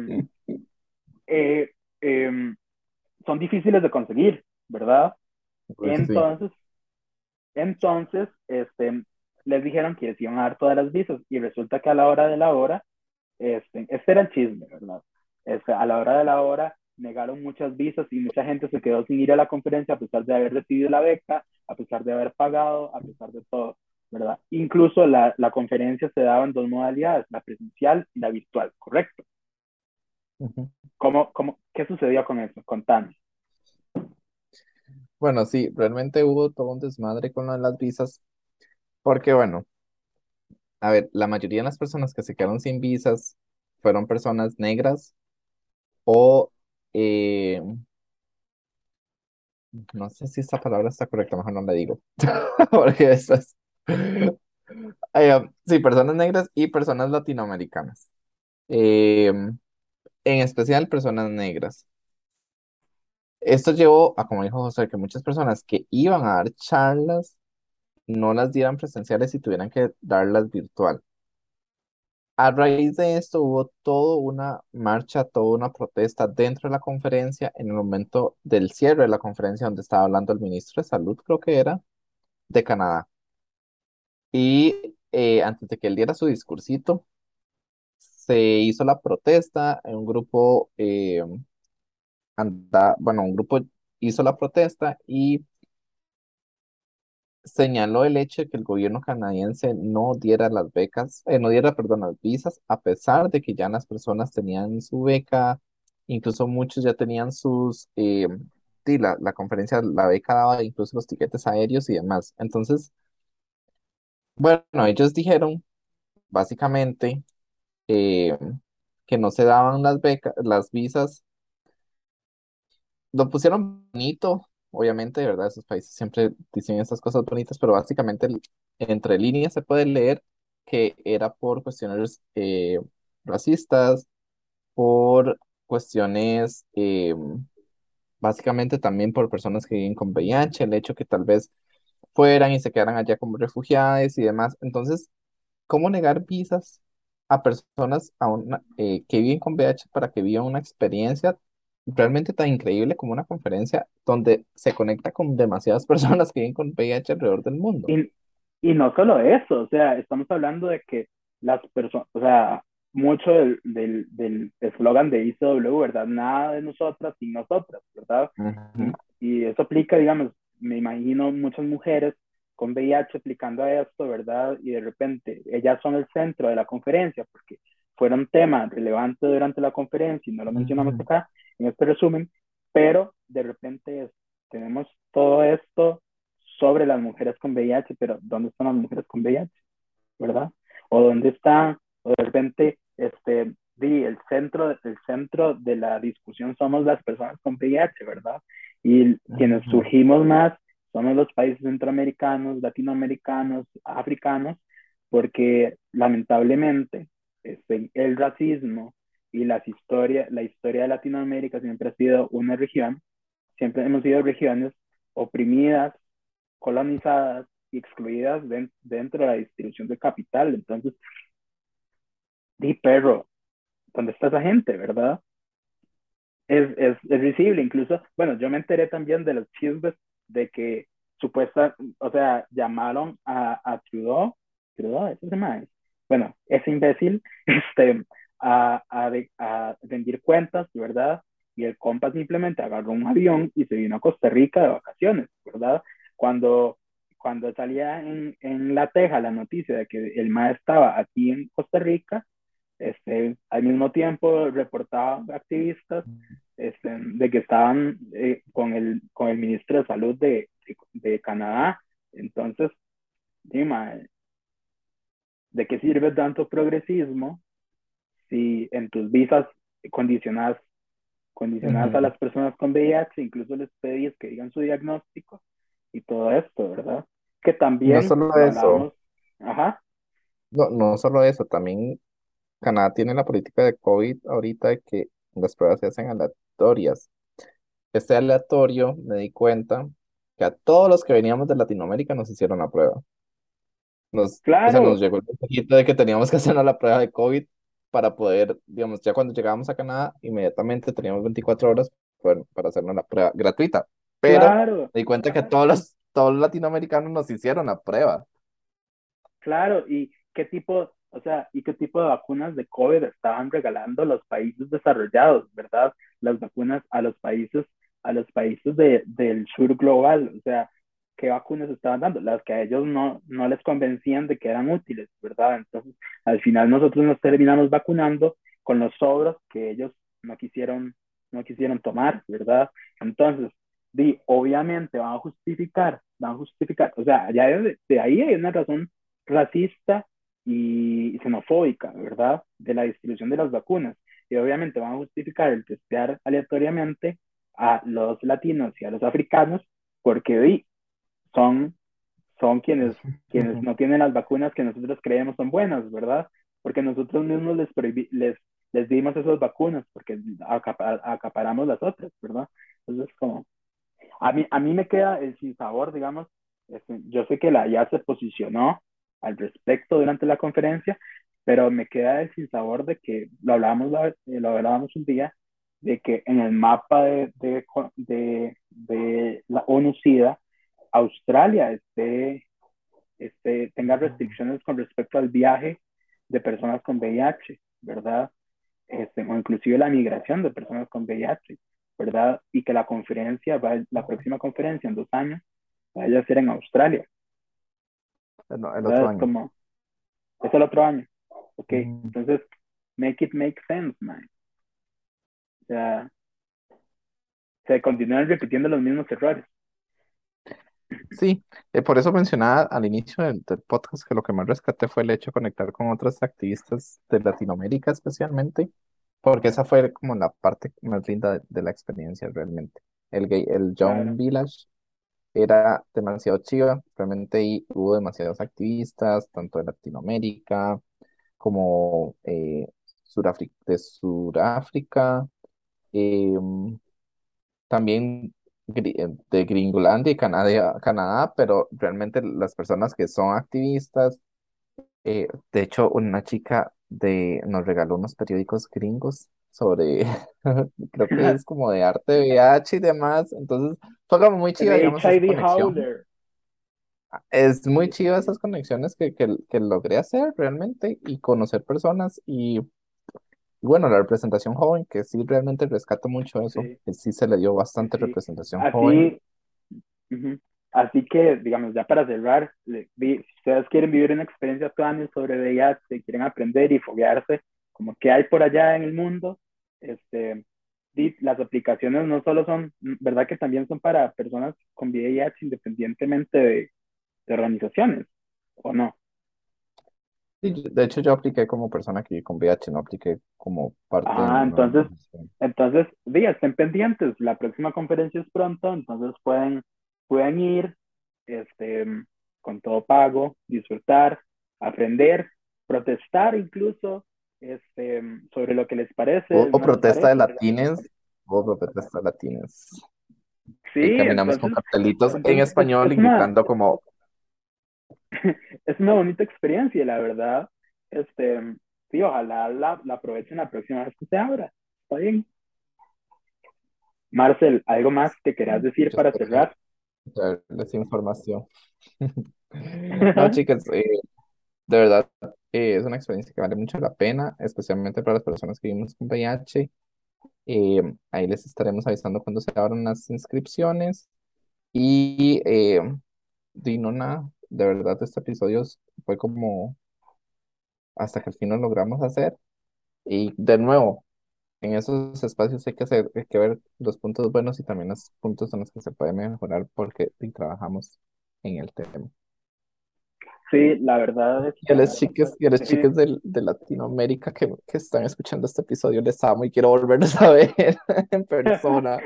[SPEAKER 1] eh, eh, son difíciles de conseguir, ¿verdad?
[SPEAKER 2] pues sí.
[SPEAKER 1] Entonces, entonces, este, les dijeron que les iban a dar todas las visas y resulta que a la hora de la hora, este, este era el chisme, ¿verdad? Este, a la hora de la hora negaron muchas visas y mucha gente se quedó sin ir a la conferencia a pesar de haber recibido la beca, a pesar de haber pagado, a pesar de todo, ¿verdad? Incluso la, la conferencia se daba en dos modalidades, la presencial y la virtual, ¿correcto?
[SPEAKER 2] Ujú.
[SPEAKER 1] ¿Cómo, cómo, ¿Qué sucedió con eso? Contame.
[SPEAKER 2] Bueno, sí, realmente hubo todo un desmadre con lo de las visas, porque bueno, a ver, la mayoría de las personas que se quedaron sin visas fueron personas negras o, eh, no sé si esta palabra está correcta, mejor no la digo, porque después... Ay, um, sí, personas negras y personas latinoamericanas. Eh, en especial personas negras. Esto llevó a, como dijo José, que muchas personas que iban a dar charlas no las dieran presenciales y tuvieran que darlas virtual. A raíz de esto hubo toda una marcha, toda una protesta dentro de la conferencia en el momento del cierre de la conferencia donde estaba hablando el ministro de Salud, creo que era, de Canadá. Y eh, antes de que él diera su discursito, se hizo la protesta, en un grupo, eh, anda, bueno, un grupo hizo la protesta y señaló el hecho de que el gobierno canadiense no diera las becas, eh, no diera, perdón, las visas, a pesar de que ya las personas tenían su beca, incluso muchos ya tenían sus, eh, sí, la, la conferencia, la beca daba incluso los tiquetes aéreos y demás. Entonces, bueno, ellos dijeron básicamente eh, que no se daban las becas, las visas. Lo pusieron bonito, obviamente, de verdad, esos países siempre dicen estas cosas bonitas, pero básicamente el- entre líneas se puede leer que era por cuestiones eh, racistas, por cuestiones, eh, básicamente también por personas que viven con V I H, el hecho que tal vez fueran y se quedaran allá como refugiados y demás. Entonces, ¿cómo negar visas a personas a una- eh, que viven con V I H para que vivan una experiencia realmente tan increíble como una conferencia donde se conecta con demasiadas personas que viven con V I H alrededor del mundo?
[SPEAKER 1] Y, y no solo eso, o sea, estamos hablando de que las personas, o sea, mucho del, del, del eslogan de I C W, ¿verdad? Nada de nosotras sin nosotras, ¿verdad?
[SPEAKER 2] Ujú,
[SPEAKER 1] Y, y eso aplica, digamos, me imagino muchas mujeres con V I H aplicando a esto, ¿verdad? Y de repente ellas son el centro de la conferencia porque fueron tema relevante durante la conferencia y no lo mencionamos
[SPEAKER 2] ujú,
[SPEAKER 1] acá en este resumen, pero de repente tenemos todo esto sobre las mujeres con V I H, pero ¿dónde están las mujeres con V I H? ¿Verdad? O dónde está, o de repente, este, di, el centro, el centro de la discusión somos las personas con V I H, ¿verdad? Y quienes
[SPEAKER 2] ujú,
[SPEAKER 1] surgimos más somos los países centroamericanos, latinoamericanos, africanos, porque lamentablemente este, el racismo y las historias, la historia de Latinoamérica siempre ha sido una región, siempre hemos sido regiones oprimidas, colonizadas y excluidas de, dentro de la distribución del capital. Entonces, di perro, ¿dónde está esa gente, verdad? Es, es, es visible, incluso, bueno, yo me enteré también de los chismes de que supuesta, o sea, llamaron a, a Trudeau, Trudeau, ese se llama, bueno, ese imbécil, este, a, a, de, a rendir cuentas, ¿verdad? Y el compa simplemente agarró un avión y se vino a Costa Rica de vacaciones, ¿verdad? Cuando, cuando salía en, en La Teja la noticia de que el MAE estaba aquí en Costa Rica, este, al mismo tiempo reportaban activistas este, de que estaban eh, con, el, con el ministro de Salud de, de, de Canadá. Entonces, Dima, ¿de qué sirve tanto progresismo si en tus visas condicionas, condicionas a
[SPEAKER 2] ujú.
[SPEAKER 1] las personas con V I H, incluso les pedís que digan su diagnóstico y todo esto, ¿verdad? Que
[SPEAKER 2] No
[SPEAKER 1] también
[SPEAKER 2] solo
[SPEAKER 1] lo
[SPEAKER 2] eso,
[SPEAKER 1] hablábamos, ajá,
[SPEAKER 2] no, no solo eso, también Canadá tiene la política de COVID ahorita de que las pruebas se hacen aleatorias. Este aleatorio me di cuenta que a todos los que veníamos de Latinoamérica nos hicieron la prueba. Nos, o sea, nos
[SPEAKER 1] claro,
[SPEAKER 2] llegó el mensajito de que teníamos que hacernos la prueba de COVID para poder, digamos, ya cuando llegábamos a Canadá, inmediatamente teníamos veinticuatro horas para, para hacernos la prueba gratuita. Pero
[SPEAKER 1] claro,
[SPEAKER 2] me di cuenta que todos los, todos los latinoamericanos nos hicieron la prueba.
[SPEAKER 1] claro, y qué tipo, o sea, y qué tipo de vacunas de COVID estaban regalando los países desarrollados, ¿verdad? Las vacunas a los países, a los países de, del sur global, o sea, qué vacunas estaban dando, las que a ellos no, no les convencían de que eran útiles, ¿verdad? Entonces, al final nosotros nos terminamos vacunando con los sobros que ellos no quisieron, no quisieron tomar, ¿verdad? Entonces, di, obviamente van a justificar, van a justificar, o sea, ya de, de ahí hay una razón racista y xenofóbica, ¿verdad? De la distribución de las vacunas. Y obviamente van a justificar el testear aleatoriamente a los latinos y a los africanos porque di, son, son quienes, quienes no tienen las vacunas que nosotros creemos son buenas, ¿verdad? Porque nosotros mismos les, prohibi- les, les dimos esas vacunas porque acapar- acaparamos las otras, ¿verdad? Entonces, como, a mí, a mí me queda el sinsabor, digamos, este, yo sé que la I A se posicionó al respecto durante la conferencia, pero me queda el sinsabor de que lo hablábamos, la- eh, lo hablábamos un día, de que en el mapa de, de, de, de la ONU-SIDA, Australia esté, esté, tenga restricciones con respecto al viaje de personas con V I H, ¿verdad? Este, o inclusive la migración de personas con V I H, ¿verdad? Y que la conferencia, va, la próxima conferencia en dos años, vaya a ser en Australia,
[SPEAKER 2] No, el otro
[SPEAKER 1] ¿verdad? Es
[SPEAKER 2] año.
[SPEAKER 1] como, es el otro año, ok,
[SPEAKER 2] Ujú.
[SPEAKER 1] entonces, make it make sense, man. O sea, se continúan repitiendo los mismos errores.
[SPEAKER 2] Sí, eh, por eso mencionaba al inicio del, del podcast que lo que más rescaté fue el hecho de conectar con otros activistas de Latinoamérica especialmente, porque esa fue como la parte más linda de, de la experiencia realmente. El, gay, el Young
[SPEAKER 1] Claro.
[SPEAKER 2] Village era demasiado chiva, realmente ahí hubo demasiados activistas, tanto de Latinoamérica como eh, Surafri- de Sudáfrica, em, también gri- eh, de Gringolandia y Canadá, Canadá, pero realmente las personas que son activistas, eh, de hecho, una chica de, nos regaló unos periódicos gringos sobre, creo que es como de arte V I H y demás, entonces fue como muy
[SPEAKER 1] El
[SPEAKER 2] chiva, digamos, esa
[SPEAKER 1] H I V
[SPEAKER 2] conexión.
[SPEAKER 1] Howler.
[SPEAKER 2] Es muy
[SPEAKER 1] Sí, sí,
[SPEAKER 2] chiva esas
[SPEAKER 1] sí.
[SPEAKER 2] conexiones que, que, que logré hacer realmente y conocer personas y bueno, la representación joven, que sí realmente rescato mucho eso,
[SPEAKER 1] Sí,
[SPEAKER 2] que sí se le dio
[SPEAKER 1] sí,
[SPEAKER 2] bastante
[SPEAKER 1] sí.
[SPEAKER 2] representación joven.
[SPEAKER 1] Así, ujú. Así que, digamos, ya para cerrar, le- vi- si ustedes quieren vivir una experiencia actual sobre V I H, quieren aprender y foguearse, como que hay por allá en el mundo, este, di- las aplicaciones no solo son, ¿verdad? Que también son para personas con V I H independientemente de, de organizaciones, ¿o no?
[SPEAKER 2] Sí, yo- de hecho, yo apliqué como persona que vive con V I H, no apliqué como parte de
[SPEAKER 1] Ah,
[SPEAKER 2] ninguna
[SPEAKER 1] entonces,
[SPEAKER 2] organización.
[SPEAKER 1] entonces, di, estén pendientes, la próxima conferencia es pronto, entonces pueden, pueden ir, este, con todo pago, disfrutar, aprender, protestar incluso, este, sobre lo que les parece,
[SPEAKER 2] Hubo
[SPEAKER 1] no les
[SPEAKER 2] protesta de
[SPEAKER 1] parece.
[SPEAKER 2] latines, hubo protesta de latines.
[SPEAKER 1] Sí,
[SPEAKER 2] Y caminamos con
[SPEAKER 1] entonces,
[SPEAKER 2] cartelitos en
[SPEAKER 1] entonces es,
[SPEAKER 2] español
[SPEAKER 1] es una,
[SPEAKER 2] indicando como,
[SPEAKER 1] es una bonita experiencia, y la verdad, este, sí, ojalá la, la aprovechen la próxima vez que se abra. Está bien. Marcel, ¿algo más que quieras decir
[SPEAKER 2] yo
[SPEAKER 1] para
[SPEAKER 2] espero
[SPEAKER 1] cerrar?
[SPEAKER 2] traerles información. No, chicas, eh, de verdad, eh, es una experiencia que vale mucho la pena, especialmente para las personas que vivimos con V I H. Eh, ahí les estaremos avisando cuando se abran las inscripciones. Y eh, di, no nada, de verdad, este episodio fue como hasta que al fin lo logramos hacer. Y de nuevo, en esos espacios hay que hacer, hay que ver los puntos buenos y también los puntos en los que se puede mejorar porque di, trabajamos en el tema.
[SPEAKER 1] Sí, la verdad,
[SPEAKER 2] Y a
[SPEAKER 1] este,
[SPEAKER 2] las chicas, y a las
[SPEAKER 1] defini-
[SPEAKER 2] chicas del- de Latinoamérica que, que están escuchando este episodio, les amo y quiero volverlos a ver en persona.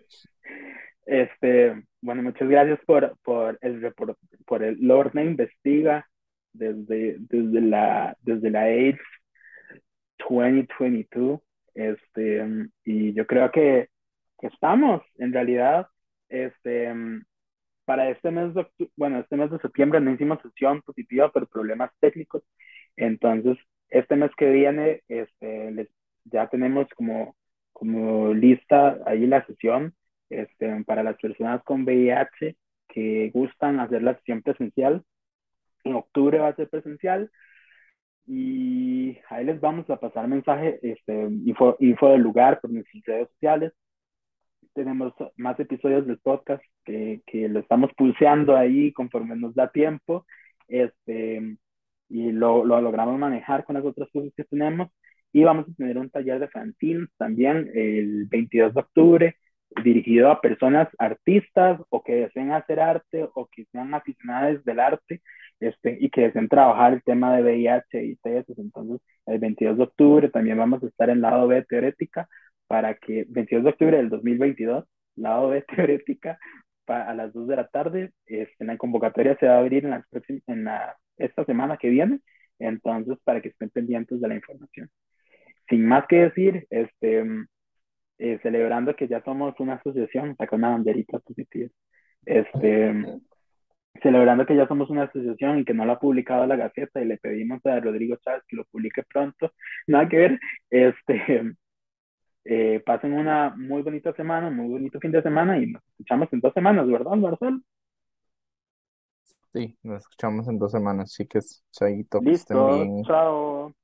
[SPEAKER 1] este, bueno, muchas gracias por, por el report, por el Lorna Investiga desde, desde la, desde la AIDS veinte veintidós, este, y yo creo que, que estamos, en realidad, este, para este mes de, bueno, este mes de septiembre no hicimos sesión positiva por problemas técnicos, entonces este mes que viene este, les, ya tenemos como, como lista ahí la sesión este, para las personas con V I H que gustan hacer la sesión presencial. En octubre va a ser presencial y ahí les vamos a pasar mensaje, este, info, info del lugar por nuestras redes sociales. Tenemos más episodios del podcast que, que lo estamos pulseando ahí conforme nos da tiempo, este, y lo, lo logramos manejar con las otras cosas que tenemos. Y vamos a tener un taller de fanzines también el veintidós de octubre. dirigido a personas artistas o que deseen hacer arte o que sean aficionados del arte, este, y que deseen trabajar el tema de V I H y T S. Entonces, el veintidós de octubre también vamos a estar en lado B teórica para que, veintidós de octubre del dos mil veintidós, lado B teórica, a las dos de la tarde. Este, la convocatoria se va a abrir en, las próximas, en la, esta semana que viene, entonces para que estén pendientes de la información. Sin más que decir, este, eh, celebrando que ya somos una asociación, saca una banderita positiva, este, celebrando que ya somos una asociación y que no lo ha publicado la Gaceta y le pedimos a Rodrigo Chávez que lo publique pronto, nada que ver, este, eh, pasen una muy bonita semana, muy bonito fin de semana y nos escuchamos en dos semanas, ¿verdad, Marcel?
[SPEAKER 2] Sí, nos escuchamos en dos semanas, chicas. Chaito, que estén
[SPEAKER 1] Listo,
[SPEAKER 2] bien.
[SPEAKER 1] chao.